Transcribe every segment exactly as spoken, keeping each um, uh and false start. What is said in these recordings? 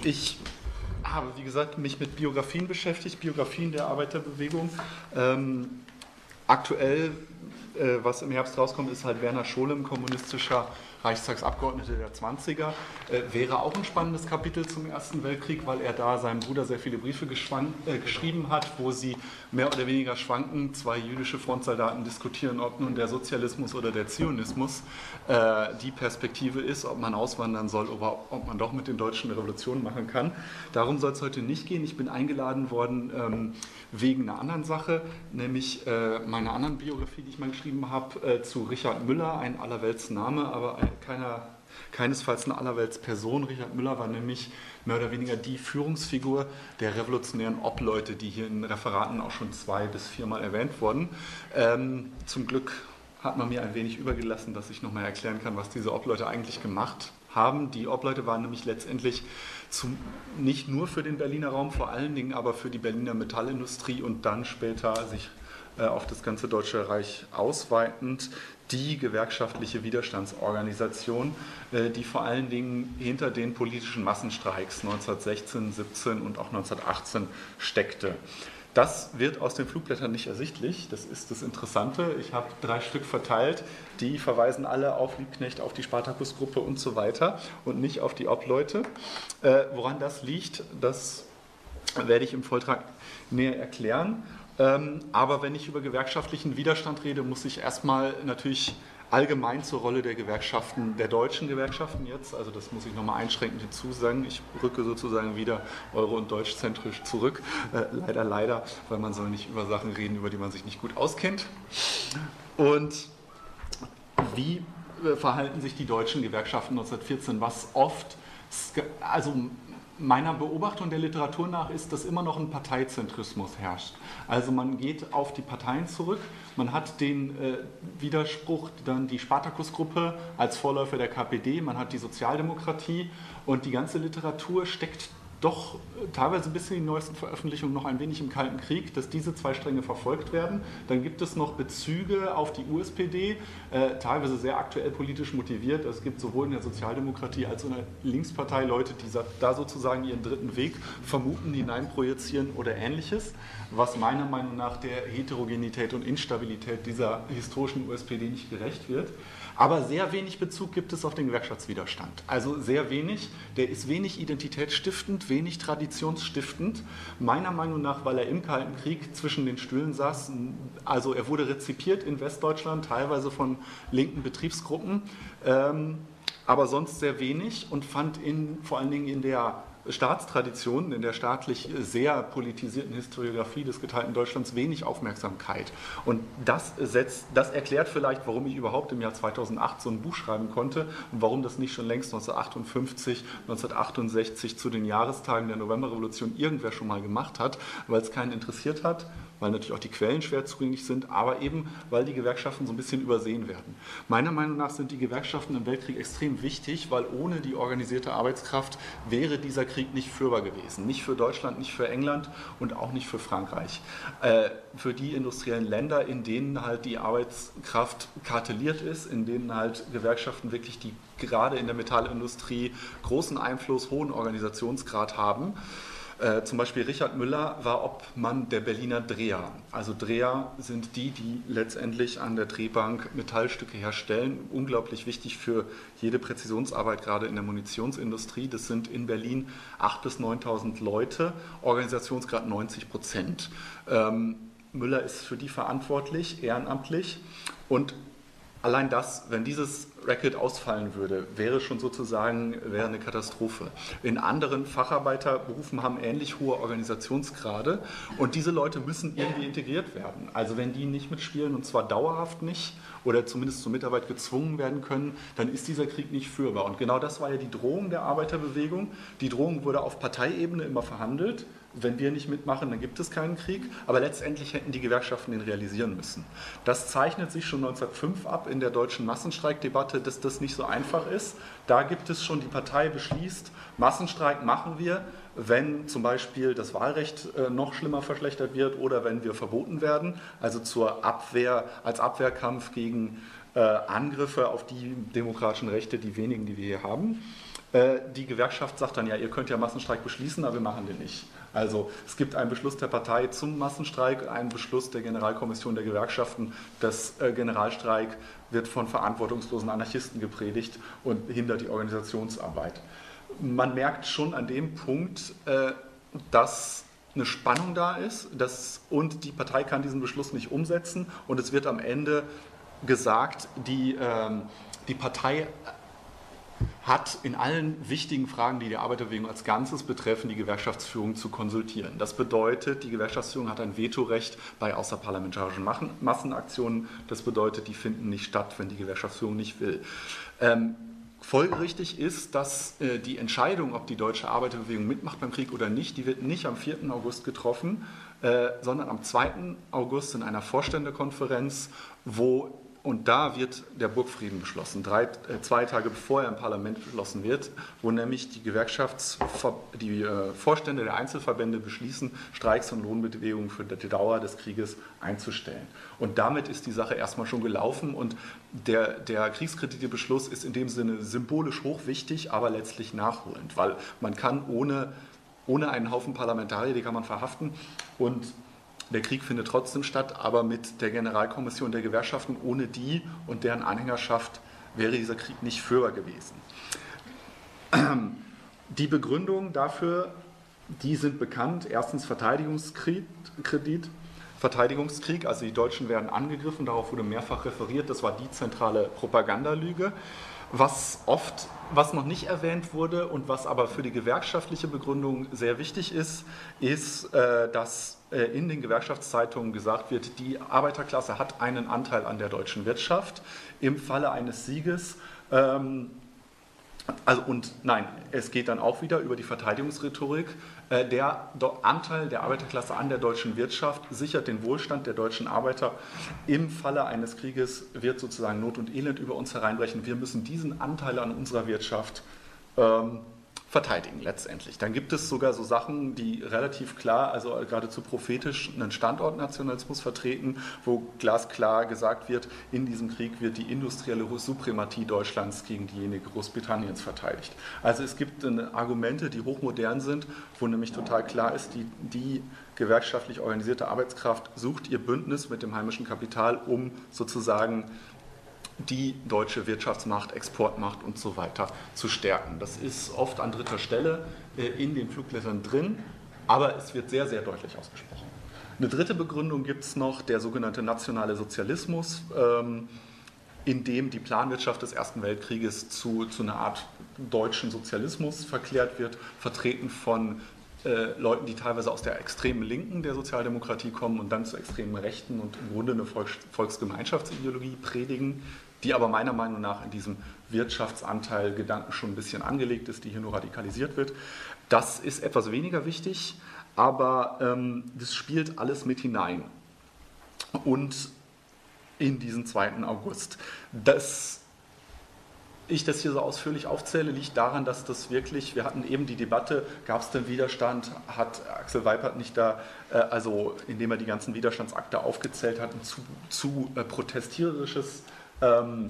Ich habe, wie gesagt, mich mit Biografien beschäftigt, Biografien der Arbeiterbewegung. Ähm, aktuell, äh, was im Herbst rauskommt, ist halt Werner Scholem, kommunistischer Reichstagsabgeordneter der zwanziger. Äh, wäre auch ein spannendes Kapitel zum Ersten Weltkrieg, weil er da seinem Bruder sehr viele Briefe äh, geschrieben hat, wo sie mehr oder weniger schwanken. Zwei jüdische Frontsoldaten diskutieren, ob nun der Sozialismus oder der Zionismus äh, die Perspektive ist, ob man auswandern soll oder ob man doch mit den Deutschen eine Revolution machen kann. Darum soll es heute nicht gehen. Ich bin eingeladen worden ähm, wegen einer anderen Sache, nämlich äh, meiner anderen Biografie, die ich mal geschrieben habe, äh, zu Richard Müller, ein Allerweltsname, aber ein, keiner, keinesfalls eine Allerweltsperson. Richard Müller war nämlich mehr oder weniger die Führungsfigur der revolutionären Obleute, die hier in Referaten auch schon zwei- bis viermal erwähnt wurden. Ähm, zum Glück hat man mir ein wenig übergelassen, dass ich nochmal erklären kann, was diese Obleute eigentlich gemacht haben. Die Obleute waren nämlich letztendlich zum, nicht nur für den Berliner Raum, vor allen Dingen aber für die Berliner Metallindustrie und dann später sich äh, auf das ganze Deutsche Reich ausweitend die gewerkschaftliche Widerstandsorganisation, äh, die vor allen Dingen hinter den politischen Massenstreiks neunzehnhundertsechzehn, siebzehn und auch neunzehnhundertachtzehn steckte. Das wird aus den Flugblättern nicht ersichtlich, das ist das Interessante. Ich habe drei Stück verteilt, die verweisen alle auf Liebknecht, auf die Spartakusgruppe und so weiter und nicht auf die Obleute. Äh, woran das liegt, das werde ich im Vortrag näher erklären. Ähm, aber wenn ich über gewerkschaftlichen Widerstand rede, muss ich erstmal natürlich allgemein zur Rolle der Gewerkschaften, der deutschen Gewerkschaften jetzt, also das muss ich nochmal einschränkend hinzusagen, ich rücke sozusagen wieder euro- und deutschzentrisch zurück, äh, leider, leider, weil man soll nicht über Sachen reden, über die man sich nicht gut auskennt. Und wie äh, verhalten sich die deutschen Gewerkschaften neunzehnhundertvierzehn, was oft, also meiner Beobachtung der Literatur nach ist, dass immer noch ein Parteizentrismus herrscht. Also man geht auf die Parteien zurück, man hat den äh, Widerspruch, dann die Spartakusgruppe als Vorläufer der K P D, man hat die Sozialdemokratie und die ganze Literatur steckt doch teilweise bis in die neuesten Veröffentlichungen noch ein wenig im Kalten Krieg, dass diese zwei Stränge verfolgt werden. Dann gibt es noch Bezüge auf die U S P D, äh, teilweise sehr aktuell politisch motiviert. Es gibt sowohl in der Sozialdemokratie als auch in der Linkspartei Leute, die da sozusagen ihren dritten Weg vermuten, hineinprojizieren oder Ähnliches, was meiner Meinung nach der Heterogenität und Instabilität dieser historischen U S P D nicht gerecht wird. Aber sehr wenig Bezug gibt es auf den Gewerkschaftswiderstand. Also sehr wenig. Der ist wenig identitätsstiftend, wenig traditionsstiftend. Meiner Meinung nach, weil er im Kalten Krieg zwischen den Stühlen saß. Also er wurde rezipiert in Westdeutschland, teilweise von linken Betriebsgruppen, ähm, aber sonst sehr wenig und fand in, vor allen Dingen in der Staatstradition, in der staatlich sehr politisierten Historiografie des geteilten Deutschlands wenig Aufmerksamkeit. Und das, setzt, das erklärt vielleicht, warum ich überhaupt im Jahr zweitausendacht so ein Buch schreiben konnte und warum das nicht schon längst neunzehnhundertachtundfünfzig, neunzehnhundertachtundsechzig zu den Jahrestagen der Novemberrevolution irgendwer schon mal gemacht hat, weil es keinen interessiert hat, weil natürlich auch die Quellen schwer zugänglich sind, aber eben, weil die Gewerkschaften so ein bisschen übersehen werden. Meiner Meinung nach sind die Gewerkschaften im Weltkrieg extrem wichtig, weil ohne die organisierte Arbeitskraft wäre dieser Krieg nicht führbar gewesen. Nicht für Deutschland, nicht für England und auch nicht für Frankreich. Äh, für die industriellen Länder, in denen halt die Arbeitskraft kartelliert ist, in denen halt Gewerkschaften wirklich die gerade in der Metallindustrie großen Einfluss, hohen Organisationsgrad haben. Äh, zum Beispiel Richard Müller war Obmann der Berliner Dreher. Also Dreher sind die, die letztendlich an der Drehbank Metallstücke herstellen. Unglaublich wichtig für jede Präzisionsarbeit, gerade in der Munitionsindustrie. Das sind in Berlin achttausend bis neuntausend Leute, Organisationsgrad neunzig Prozent. Ähm, Müller ist für die verantwortlich, ehrenamtlich und allein das, wenn dieses Racket ausfallen würde, wäre schon sozusagen wäre eine Katastrophe. In anderen Facharbeiterberufen haben ähnlich hohe Organisationsgrade und diese Leute müssen irgendwie integriert werden. Also wenn die nicht mitspielen und zwar dauerhaft nicht oder zumindest zur Mitarbeit gezwungen werden können, dann ist dieser Krieg nicht führbar. Und genau das war ja die Drohung der Arbeiterbewegung. Die Drohung wurde auf Parteiebene immer verhandelt. Wenn wir nicht mitmachen, dann gibt es keinen Krieg. Aber letztendlich hätten die Gewerkschaften den realisieren müssen. Das zeichnet sich schon neunzehnhundertfünf ab in der deutschen Massenstreikdebatte, dass das nicht so einfach ist. Da gibt es schon, die Partei beschließt, Massenstreik machen wir, wenn zum Beispiel das Wahlrecht noch schlimmer verschlechtert wird oder wenn wir verboten werden, also zur Abwehr, als Abwehrkampf gegen äh, Angriffe auf die demokratischen Rechte, die wenigen, die wir hier haben. Äh, die Gewerkschaft sagt dann, ja, ihr könnt ja Massenstreik beschließen, aber wir machen den nicht. Also es gibt einen Beschluss der Partei zum Massenstreik, einen Beschluss der Generalkommission der Gewerkschaften. Das äh, Generalstreik wird von verantwortungslosen Anarchisten gepredigt und hindert die Organisationsarbeit. Man merkt schon an dem Punkt, äh, dass eine Spannung da ist dass, und die Partei kann diesen Beschluss nicht umsetzen und es wird am Ende gesagt, die, ähm, die Partei hat in allen wichtigen Fragen, die die Arbeiterbewegung als Ganzes betreffen, die Gewerkschaftsführung zu konsultieren. Das bedeutet, die Gewerkschaftsführung hat ein Vetorecht bei außerparlamentarischen Massenaktionen. Das bedeutet, die finden nicht statt, wenn die Gewerkschaftsführung nicht will. Ähm, folgerichtig ist, dass äh, die Entscheidung, ob die deutsche Arbeiterbewegung mitmacht beim Krieg oder nicht, die wird nicht am vierten August getroffen, äh, sondern am zweiten August in einer Vorständekonferenz, wo und da wird der Burgfrieden beschlossen, drei, äh, zwei Tage bevor er im Parlament beschlossen wird, wo nämlich die Gewerkschafts-, die äh, Vorstände der Einzelverbände beschließen, Streiks und Lohnbewegungen für die Dauer des Krieges einzustellen. Und damit ist die Sache erstmal schon gelaufen und der, der Kriegskreditebeschluss ist in dem Sinne symbolisch hochwichtig, aber letztlich nachholend, weil man kann ohne, ohne einen Haufen Parlamentarier, die kann man verhaften und der Krieg findet trotzdem statt, aber mit der Generalkommission der Gewerkschaften, ohne die und deren Anhängerschaft wäre dieser Krieg nicht führbar gewesen. Die Begründungen dafür, die sind bekannt. Erstens Verteidigungskrieg, Kredit, Verteidigungskrieg, also die Deutschen werden angegriffen, darauf wurde mehrfach referiert, das war die zentrale Propagandalüge. Was oft, was noch nicht erwähnt wurde und was aber für die gewerkschaftliche Begründung sehr wichtig ist, ist, äh, dass äh, in den Gewerkschaftszeitungen gesagt wird, die Arbeiterklasse hat einen Anteil an der deutschen Wirtschaft. Im Falle eines Sieges ähm, Also und nein, es geht dann auch wieder über die Verteidigungsrhetorik. Der Anteil der Arbeiterklasse an der deutschen Wirtschaft sichert den Wohlstand der deutschen Arbeiter. Im Falle eines Krieges wird sozusagen Not und Elend über uns hereinbrechen. Wir müssen diesen Anteil an unserer Wirtschaft ähm, verteidigen letztendlich. Dann gibt es sogar so Sachen, die relativ klar, also geradezu prophetisch, einen Standortnationalismus vertreten, wo glasklar gesagt wird, in diesem Krieg wird die industrielle Suprematie Deutschlands gegen diejenige Großbritanniens verteidigt. Also es gibt Argumente, die hochmodern sind, wo nämlich total klar ist, die, die gewerkschaftlich organisierte Arbeitskraft sucht ihr Bündnis mit dem heimischen Kapital, um sozusagen die deutsche Wirtschaftsmacht, Exportmacht und so weiter zu stärken. Das ist oft an dritter Stelle in den Flugblättern drin, aber es wird sehr, sehr deutlich ausgesprochen. Eine dritte Begründung gibt es noch, der sogenannte nationale Sozialismus, in dem die Planwirtschaft des Ersten Weltkrieges zu, zu einer Art deutschen Sozialismus verklärt wird, vertreten von äh, Leuten, die teilweise aus der extremen Linken der Sozialdemokratie kommen und dann zur extremen Rechten und im Grunde eine Volks Volksgemeinschaftsideologie predigen, die aber meiner Meinung nach in diesem Wirtschaftsanteil Gedanken schon ein bisschen angelegt ist, die hier nur radikalisiert wird. Das ist etwas weniger wichtig, aber ähm, das spielt alles mit hinein. Und in diesen zweiten August. Dass ich das hier so ausführlich aufzähle, liegt daran, dass das wirklich, wir hatten eben die Debatte, gab es denn Widerstand, hat Axel Weipert nicht da, äh, also indem er die ganzen Widerstandsakte aufgezählt hat, ein zu, zu äh, protestiererisches ähm,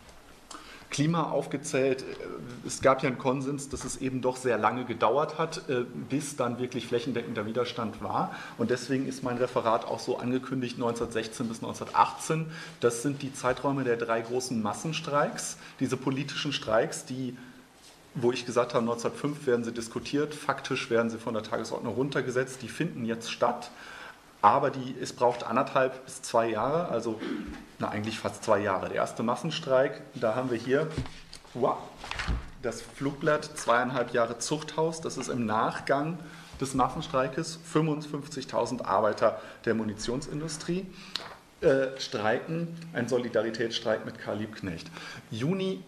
Klima aufgezählt. Es gab ja einen Konsens, dass es eben doch sehr lange gedauert hat, bis dann wirklich flächendeckender Widerstand war. Und deswegen ist mein Referat auch so angekündigt, neunzehnhundertsechzehn bis neunzehnhundertachtzehn. Das sind die Zeiträume der drei großen Massenstreiks, diese politischen Streiks, die, wo ich gesagt habe, neunzehnhundertfünf werden sie diskutiert, faktisch werden sie von der Tagesordnung runtergesetzt, die finden jetzt statt. Aber die, es braucht anderthalb bis zwei Jahre, also na, eigentlich fast zwei Jahre. Der erste Massenstreik, da haben wir hier wow, das Flugblatt, zweieinhalb Jahre Zuchthaus, das ist im Nachgang des Massenstreikes, fünfundfünfzigtausend Arbeiter der Munitionsindustrie äh, streiken, ein Solidaritätsstreik mit Karl Liebknecht. Juni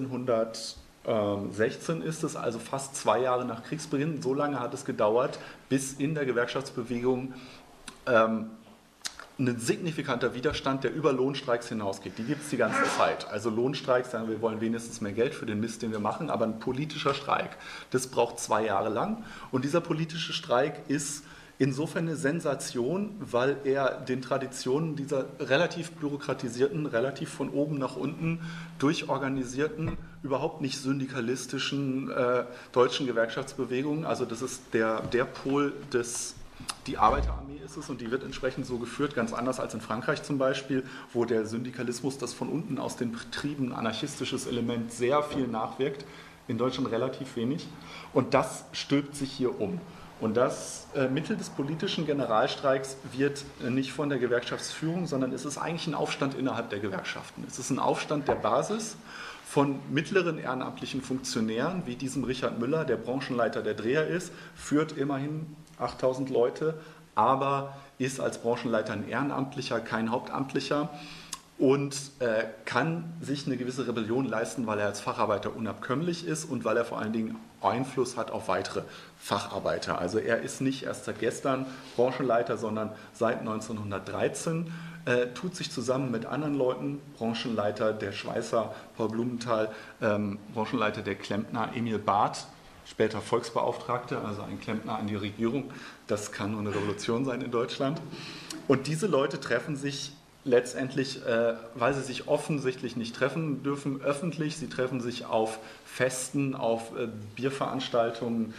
neunzehnhundertsechzehn ist es, also fast zwei Jahre nach Kriegsbeginn, so lange hat es gedauert, bis in der Gewerkschaftsbewegung Ähm, ein signifikanter Widerstand, der über Lohnstreiks hinausgeht. Die gibt es die ganze Zeit. Also Lohnstreiks sagen, wir wollen wenigstens mehr Geld für den Mist, den wir machen, aber ein politischer Streik, das braucht zwei Jahre lang. Und dieser politische Streik ist insofern eine Sensation, weil er den Traditionen dieser relativ bürokratisierten, relativ von oben nach unten durchorganisierten, überhaupt nicht syndikalistischen äh, deutschen Gewerkschaftsbewegung, also das ist der, der Pol des, die Arbeiterarmee ist es und die wird entsprechend so geführt, ganz anders als in Frankreich zum Beispiel, wo der Syndikalismus, das von unten aus den Betrieben anarchistisches Element sehr viel nachwirkt, in Deutschland relativ wenig und das stülpt sich hier um. Und das äh, Mittel des politischen Generalstreiks wird äh, nicht von der Gewerkschaftsführung, sondern es ist eigentlich ein Aufstand innerhalb der Gewerkschaften. Es ist ein Aufstand der Basis von mittleren ehrenamtlichen Funktionären, wie diesem Richard Müller, der Branchenleiter der Dreher ist, führt immerhin achttausend Leute, aber ist als Branchenleiter ein Ehrenamtlicher, kein Hauptamtlicher und äh, kann sich eine gewisse Rebellion leisten, weil er als Facharbeiter unabkömmlich ist und weil er vor allen Dingen Einfluss hat auf weitere Facharbeiter. Also er ist nicht erst seit gestern Branchenleiter, sondern seit neunzehnhundertdreizehn, äh, tut sich zusammen mit anderen Leuten, Branchenleiter der Schweißer Paul Blumenthal, ähm, Branchenleiter der Klempner Emil Barth, später Volksbeauftragter, also ein Klempner an die Regierung. Das kann nur eine Revolution sein in Deutschland. Und diese Leute treffen sich letztendlich, äh, weil sie sich offensichtlich nicht treffen dürfen, öffentlich. Sie treffen sich auf Festen, auf äh, Bierveranstaltungen,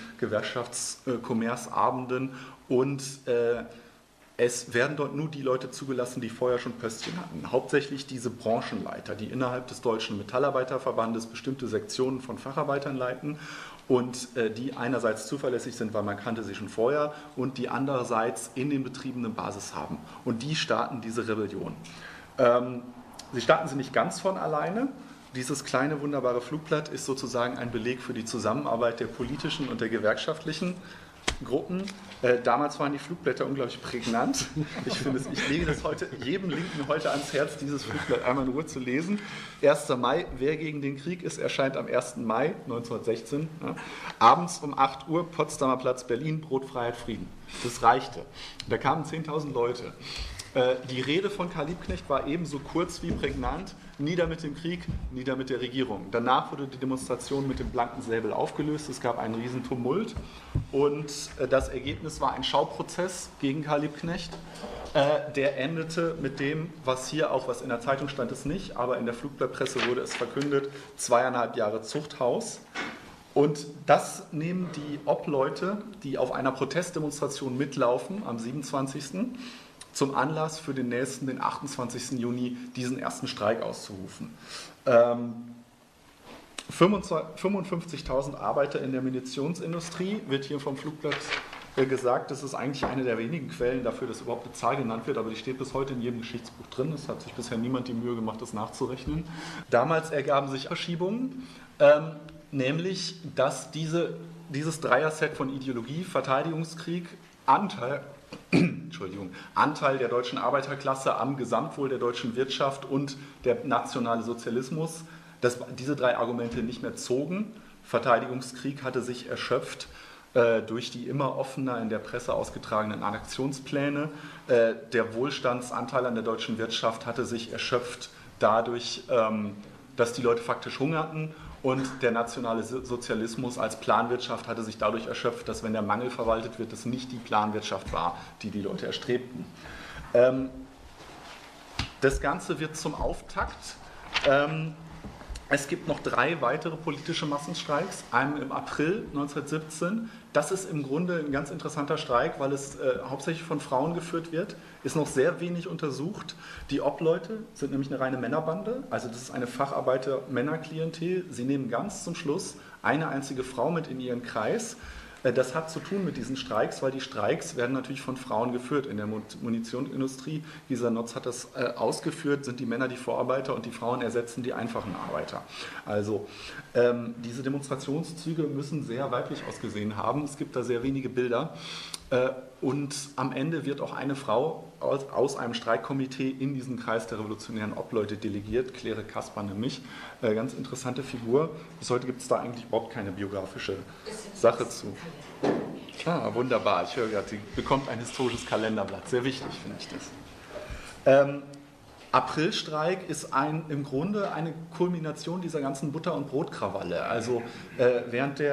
Gewerkschaftskommerzabenden äh, und äh, es werden dort nur die Leute zugelassen, die vorher schon Pöstchen hatten. Hauptsächlich diese Branchenleiter, die innerhalb des Deutschen Metallarbeiterverbandes bestimmte Sektionen von Facharbeitern leiten und äh, die einerseits zuverlässig sind, weil man kannte sie schon vorher und die andererseits in den Betrieben eine Basis haben. Und die starten diese Rebellion. Ähm, sie starten sie nicht ganz von alleine. Dieses kleine, wunderbare Flugblatt ist sozusagen ein Beleg für die Zusammenarbeit der politischen und der gewerkschaftlichen Gruppen. Äh, damals waren die Flugblätter unglaublich prägnant. Ich, finde es, ich lege das heute jedem Linken heute ans Herz, dieses Flugblatt einmal in Ruhe zu lesen. erster Mai, wer gegen den Krieg ist, erscheint am ersten Mai neunzehnhundertsechzehn. Ja. Abends um acht Uhr, Potsdamer Platz, Berlin, Brot, Freiheit, Frieden. Das reichte. Da kamen zehntausend Leute. Äh, die Rede von Karl Liebknecht war ebenso kurz wie prägnant. Nieder mit dem Krieg, nieder mit der Regierung. Danach wurde die Demonstration mit dem blanken Säbel aufgelöst. Es gab einen riesen Tumult und äh, das Ergebnis war ein Schauprozess gegen Karl Liebknecht. Äh, der endete mit dem, was hier auch, was in der Zeitung stand es nicht, aber in der Flugblattpresse wurde es verkündet, zweieinhalb Jahre Zuchthaus. Und das nehmen die Obleute, die auf einer Protestdemonstration mitlaufen, am siebenundzwanzigsten zum Anlass für den nächsten, den achtundzwanzigsten Juni, diesen ersten Streik auszurufen. Ähm, fünfundfünfzigtausend Arbeiter in der Munitionsindustrie, wird hier vom Flugblatt äh, gesagt. Das ist eigentlich eine der wenigen Quellen dafür, dass überhaupt eine Zahl genannt wird, aber die steht bis heute in jedem Geschichtsbuch drin. Es hat sich bisher niemand die Mühe gemacht, das nachzurechnen. Damals ergaben sich Verschiebungen, ähm, nämlich, dass diese, dieses Dreier-Set von Ideologie, Verteidigungskrieg, Anteil, Entschuldigung, Anteil der deutschen Arbeiterklasse am Gesamtwohl der deutschen Wirtschaft und der nationale Sozialismus, dass diese drei Argumente nicht mehr zogen. Verteidigungskrieg hatte sich erschöpft äh, durch die immer offener in der Presse ausgetragenen Annexionspläne. Äh, der Wohlstandsanteil an der deutschen Wirtschaft hatte sich erschöpft dadurch, ähm, dass die Leute faktisch hungerten. Und der nationale Sozialismus als Planwirtschaft hatte sich dadurch erschöpft, dass, wenn der Mangel verwaltet wird, das nicht die Planwirtschaft war, die die Leute erstrebten. Ähm, das Ganze wird zum Auftakt. Ähm, es gibt noch drei weitere politische Massenstreiks, einen im April neunzehnhundertsiebzehn. Das ist im Grunde ein ganz interessanter Streik, weil es äh, hauptsächlich von Frauen geführt wird, ist noch sehr wenig untersucht. Die Obleute sind nämlich eine reine Männerbande, also das ist eine Facharbeiter-Männerklientel. Sie nehmen ganz zum Schluss eine einzige Frau mit in ihren Kreis. Das hat zu tun mit diesen Streiks, weil die Streiks werden natürlich von Frauen geführt in der Munitionsindustrie. Gisa Notz hat das äh, ausgeführt, sind die Männer die Vorarbeiter und die Frauen ersetzen die einfachen Arbeiter. Also ähm, diese Demonstrationszüge müssen sehr weiblich ausgesehen haben. Es gibt da sehr wenige Bilder. Äh, und am Ende wird auch eine Frau aus, aus einem Streikkomitee in diesen Kreis der revolutionären Obleute delegiert, Claire Kasper nämlich. Äh, ganz interessante Figur. Bis heute gibt es da eigentlich überhaupt keine biografische Sache zu. Ah, wunderbar. Ich höre gerade, sie bekommt ein historisches Kalenderblatt. Sehr wichtig, finde ich das. Ähm, Aprilstreik ist ein, im Grunde eine Kulmination dieser ganzen Butter- und Brotkrawalle. Also äh, während der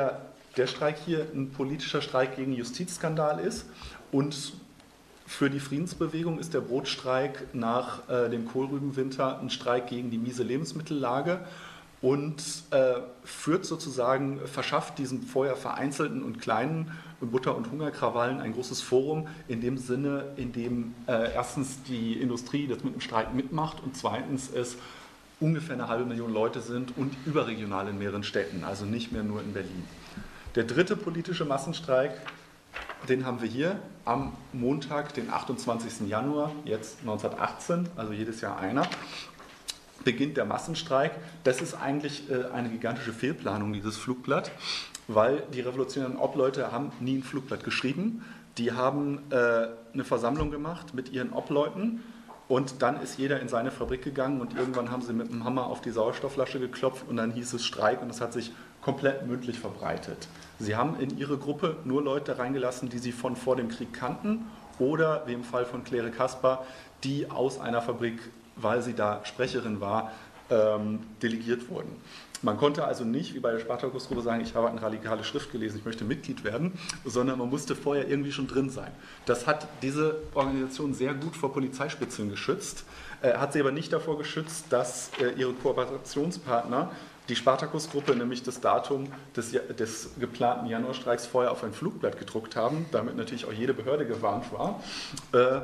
der Streik hier ein politischer Streik gegen Justizskandal ist und für die Friedensbewegung ist der Brotstreik nach äh, dem Kohlrübenwinter ein Streik gegen die miese Lebensmittellage und äh, führt sozusagen, verschafft diesen vorher vereinzelten und kleinen Butter- und Hungerkrawallen ein großes Forum in dem Sinne, in dem äh, erstens die Industrie das mit dem Streik mitmacht und zweitens es ungefähr eine halbe Million Leute sind und überregional in mehreren Städten, also nicht mehr nur in Berlin. Der dritte politische Massenstreik, den haben wir hier am Montag, den achtundzwanzigsten Januar, jetzt neunzehnhundertachtzehn, also jedes Jahr einer, beginnt der Massenstreik. Das ist eigentlich äh, eine gigantische Fehlplanung, dieses Flugblatt, weil die revolutionären Obleute haben nie ein Flugblatt geschrieben. Die haben äh, eine Versammlung gemacht mit ihren Obleuten und dann ist jeder in seine Fabrik gegangen und irgendwann haben sie mit dem Hammer auf die Sauerstoffflasche geklopft und dann hieß es Streik und es hat sich komplett mündlich verbreitet. Sie haben in ihre Gruppe nur Leute reingelassen, die sie von vor dem Krieg kannten oder, wie im Fall von Claire Caspar, die aus einer Fabrik, weil sie da Sprecherin war, ähm, delegiert wurden. Man konnte also nicht, wie bei der Spartakus-Gruppe, sagen, ich habe eine radikale Schrift gelesen, ich möchte Mitglied werden, sondern man musste vorher irgendwie schon drin sein. Das hat diese Organisation sehr gut vor Polizeispitzeln geschützt, äh, hat sie aber nicht davor geschützt, dass äh, ihre Kooperationspartner die Spartakus-Gruppe nämlich das Datum des, des geplanten Januarstreiks vorher auf ein Flugblatt gedruckt haben, damit natürlich auch jede Behörde gewarnt war. Äh,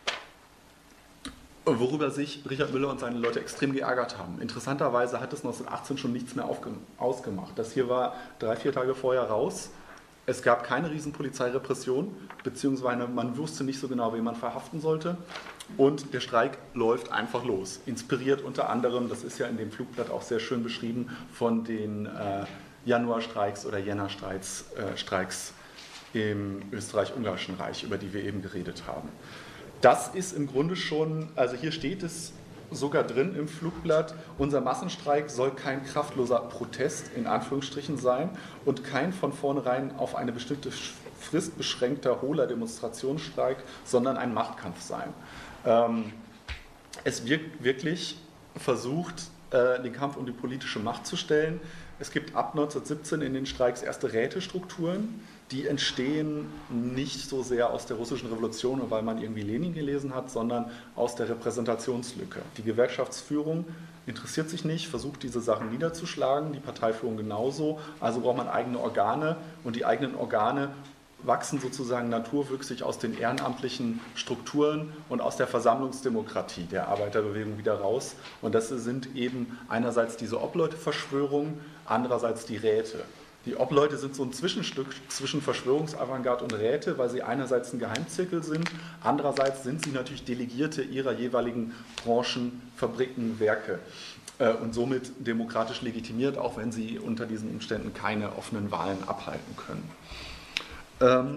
worüber sich Richard Müller und seine Leute extrem geärgert haben. Interessanterweise hat es neunzehnhundertachtzehn schon nichts mehr ausgemacht. Das hier war drei, vier Tage vorher raus. Es gab keine riesen Polizeirepression, beziehungsweise man wusste nicht so genau, wen man verhaften sollte. Und der Streik läuft einfach los. Inspiriert unter anderem, das ist ja in dem Flugblatt auch sehr schön beschrieben, von den äh, Januarstreiks oder Jännerstreiks äh, Streiks im Österreich-Ungarischen Reich, über die wir eben geredet haben. Das ist im Grunde schon, also hier steht es sogar drin im Flugblatt, unser Massenstreik soll kein kraftloser Protest in Anführungsstrichen sein und kein von vornherein auf eine bestimmte Frist beschränkter, hohler Demonstrationsstreik, sondern ein Machtkampf sein. Ähm, es wird wirklich versucht, äh, den Kampf um die politische Macht zu stellen. Es gibt ab neunzehnhundertsiebzehn in den Streiks erste Rätestrukturen, die entstehen nicht so sehr aus der russischen Revolution, weil man irgendwie Lenin gelesen hat, sondern aus der Repräsentationslücke. Die Gewerkschaftsführung interessiert sich nicht, versucht diese Sachen niederzuschlagen, die Parteiführung genauso, also braucht man eigene Organe und die eigenen Organe wachsen sozusagen naturwüchsig aus den ehrenamtlichen Strukturen und aus der Versammlungsdemokratie der Arbeiterbewegung wieder raus. Und das sind eben einerseits diese Obleuteverschwörungen, andererseits die Räte. Die Obleute sind so ein Zwischenstück zwischen Verschwörungsavantgarde und Räte, weil sie einerseits ein Geheimzirkel sind, andererseits sind sie natürlich Delegierte ihrer jeweiligen Branchen, Fabriken, Werke und somit demokratisch legitimiert, auch wenn sie unter diesen Umständen keine offenen Wahlen abhalten können. Ähm,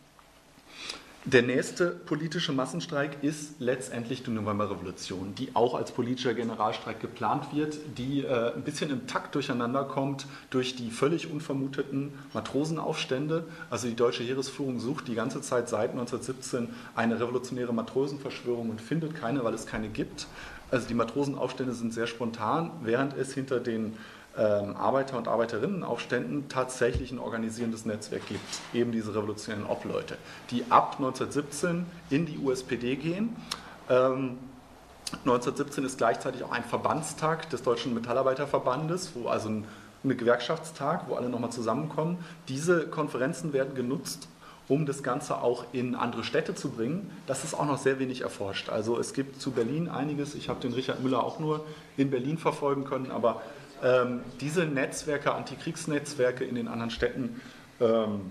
Der nächste politische Massenstreik ist letztendlich die Novemberrevolution, die auch als politischer Generalstreik geplant wird, die äh, ein bisschen im Takt durcheinander kommt durch die völlig unvermuteten Matrosenaufstände. Also die deutsche Heeresführung sucht die ganze Zeit seit neunzehnhundertsiebzehn eine revolutionäre Matrosenverschwörung und findet keine, weil es keine gibt. Also die Matrosenaufstände sind sehr spontan, während es hinter den Ähm, Arbeiter- und Arbeiterinnenaufständen tatsächlich ein organisierendes Netzwerk gibt, eben diese revolutionären Obleute, die ab neunzehnhundertsiebzehn in die U S P D gehen. Ähm, neunzehnhundertsiebzehn ist gleichzeitig auch ein Verbandstag des Deutschen Metallarbeiterverbandes, wo also ein, ein Gewerkschaftstag, wo alle nochmal zusammenkommen. Diese Konferenzen werden genutzt, um das Ganze auch in andere Städte zu bringen. Das ist auch noch sehr wenig erforscht. Also es gibt zu Berlin einiges, ich habe den Richard Müller auch nur in Berlin verfolgen können, aber Ähm, diese Netzwerke, Antikriegsnetzwerke in den anderen Städten ähm,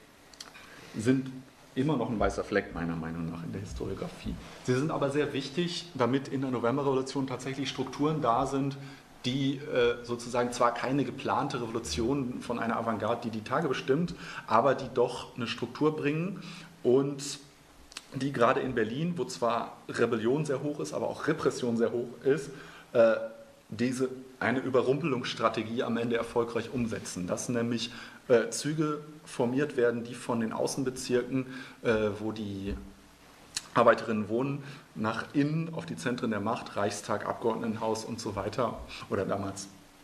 sind immer noch ein weißer Fleck meiner Meinung nach in der Historiografie. Sie sind aber sehr wichtig, damit in der Novemberrevolution tatsächlich Strukturen da sind, die äh, sozusagen zwar keine geplante Revolution von einer Avantgarde, die die Tage bestimmt, aber die doch eine Struktur bringen und die gerade in Berlin, wo zwar Rebellion sehr hoch ist, aber auch Repression sehr hoch ist, äh, diese eine Überrumpelungsstrategie am Ende erfolgreich umsetzen, dass nämlich äh, Züge formiert werden, die von den Außenbezirken, äh, wo die Arbeiterinnen wohnen, nach innen auf die Zentren der Macht, Reichstag, Abgeordnetenhaus und so weiter, oder damals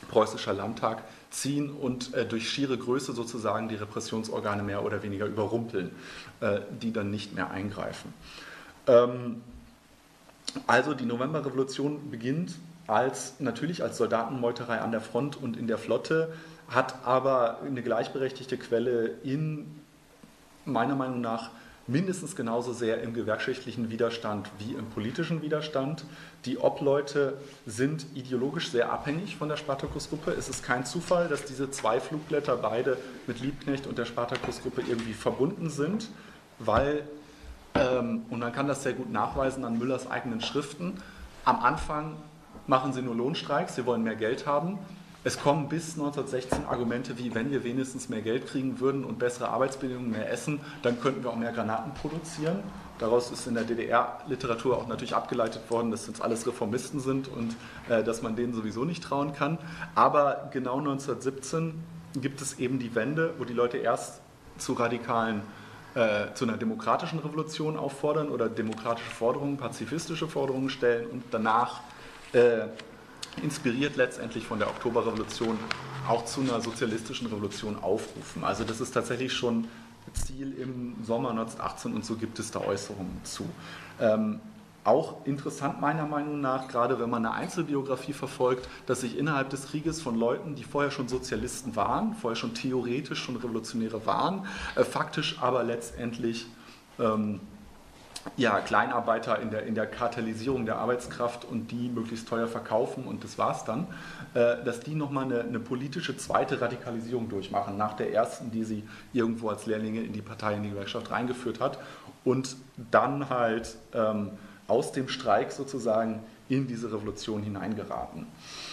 preußischer Landtag ziehen und äh, durch schiere Größe sozusagen die Repressionsorgane mehr oder weniger überrumpeln, äh, die dann nicht mehr eingreifen. Ähm, also die Novemberrevolution beginnt als, natürlich als Soldatenmeuterei an der Front und in der Flotte, hat aber eine gleichberechtigte Quelle in, meiner Meinung nach, mindestens genauso sehr im gewerkschaftlichen Widerstand wie im politischen Widerstand. Die Obleute sind ideologisch sehr abhängig von der Spartakusgruppe. Es ist kein Zufall, dass diese zwei Flugblätter beide mit Liebknecht und der Spartakusgruppe irgendwie verbunden sind, weil, ähm, und man kann das sehr gut nachweisen an Müllers eigenen Schriften, am Anfang machen sie nur Lohnstreiks, sie wollen mehr Geld haben. Es kommen bis neunzehnhundertsechzehn Argumente wie, wenn wir wenigstens mehr Geld kriegen würden und bessere Arbeitsbedingungen, mehr Essen, dann könnten wir auch mehr Granaten produzieren. Daraus ist in der D D R-Literatur auch natürlich abgeleitet worden, dass jetzt alles Reformisten sind und äh, dass man denen sowieso nicht trauen kann. Aber genau neunzehnhundertsiebzehn gibt es eben die Wende, wo die Leute erst zu radikalen, äh, zu einer demokratischen Revolution auffordern oder demokratische Forderungen, pazifistische Forderungen stellen und danach äh, inspiriert letztendlich von der Oktoberrevolution auch zu einer sozialistischen Revolution aufrufen. Also das ist tatsächlich schon Ziel im Sommer neunzehnhundertachtzehn und so gibt es da Äußerungen zu. Ähm, auch interessant meiner Meinung nach, gerade wenn man eine Einzelbiografie verfolgt, dass sich innerhalb des Krieges von Leuten, die vorher schon Sozialisten waren, vorher schon theoretisch schon Revolutionäre waren, äh, faktisch aber letztendlich ähm, ja, Kleinarbeiter in der, in der Kartellisierung der Arbeitskraft und die möglichst teuer verkaufen und das war's dann, äh, dass die nochmal eine, eine politische zweite Radikalisierung durchmachen, nach der ersten, die sie irgendwo als Lehrlinge in die Partei, in die Gewerkschaft reingeführt hat und dann halt ähm, aus dem Streik sozusagen in diese Revolution hineingeraten.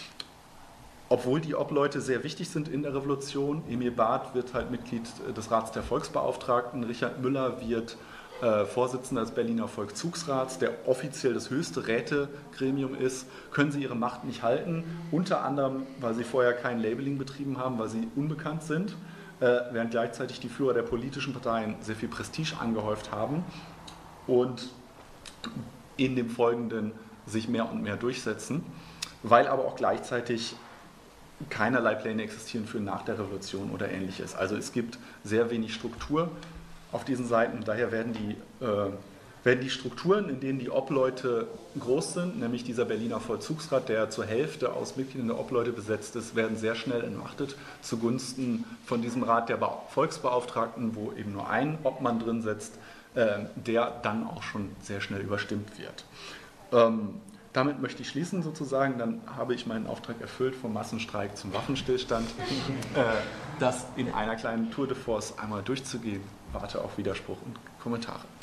Obwohl die Obleute sehr wichtig sind in der Revolution, Emil Barth wird halt Mitglied des Rats der Volksbeauftragten, Richard Müller wird Äh, Vorsitzender des Berliner Vollzugsrats, der offiziell das höchste Rätegremium ist, können sie ihre Macht nicht halten, unter anderem, weil sie vorher kein Labeling betrieben haben, weil sie unbekannt sind, äh, während gleichzeitig die Führer der politischen Parteien sehr viel Prestige angehäuft haben und in dem Folgenden sich mehr und mehr durchsetzen, weil aber auch gleichzeitig keinerlei Pläne existieren für nach der Revolution oder Ähnliches. Also es gibt sehr wenig Struktur auf diesen Seiten. Daher werden die, äh, werden die Strukturen, in denen die Obleute groß sind, nämlich dieser Berliner Vollzugsrat, der zur Hälfte aus Mitgliedern der Obleute besetzt ist, werden sehr schnell entmachtet zugunsten von diesem Rat der Volksbeauftragten, wo eben nur ein Obmann drin sitzt, äh, der dann auch schon sehr schnell überstimmt wird. Ähm, damit möchte ich schließen sozusagen, dann habe ich meinen Auftrag erfüllt, vom Massenstreik zum Waffenstillstand, äh, das in einer kleinen Tour de Force einmal durchzugehen. Warte auf Widerspruch und Kommentare.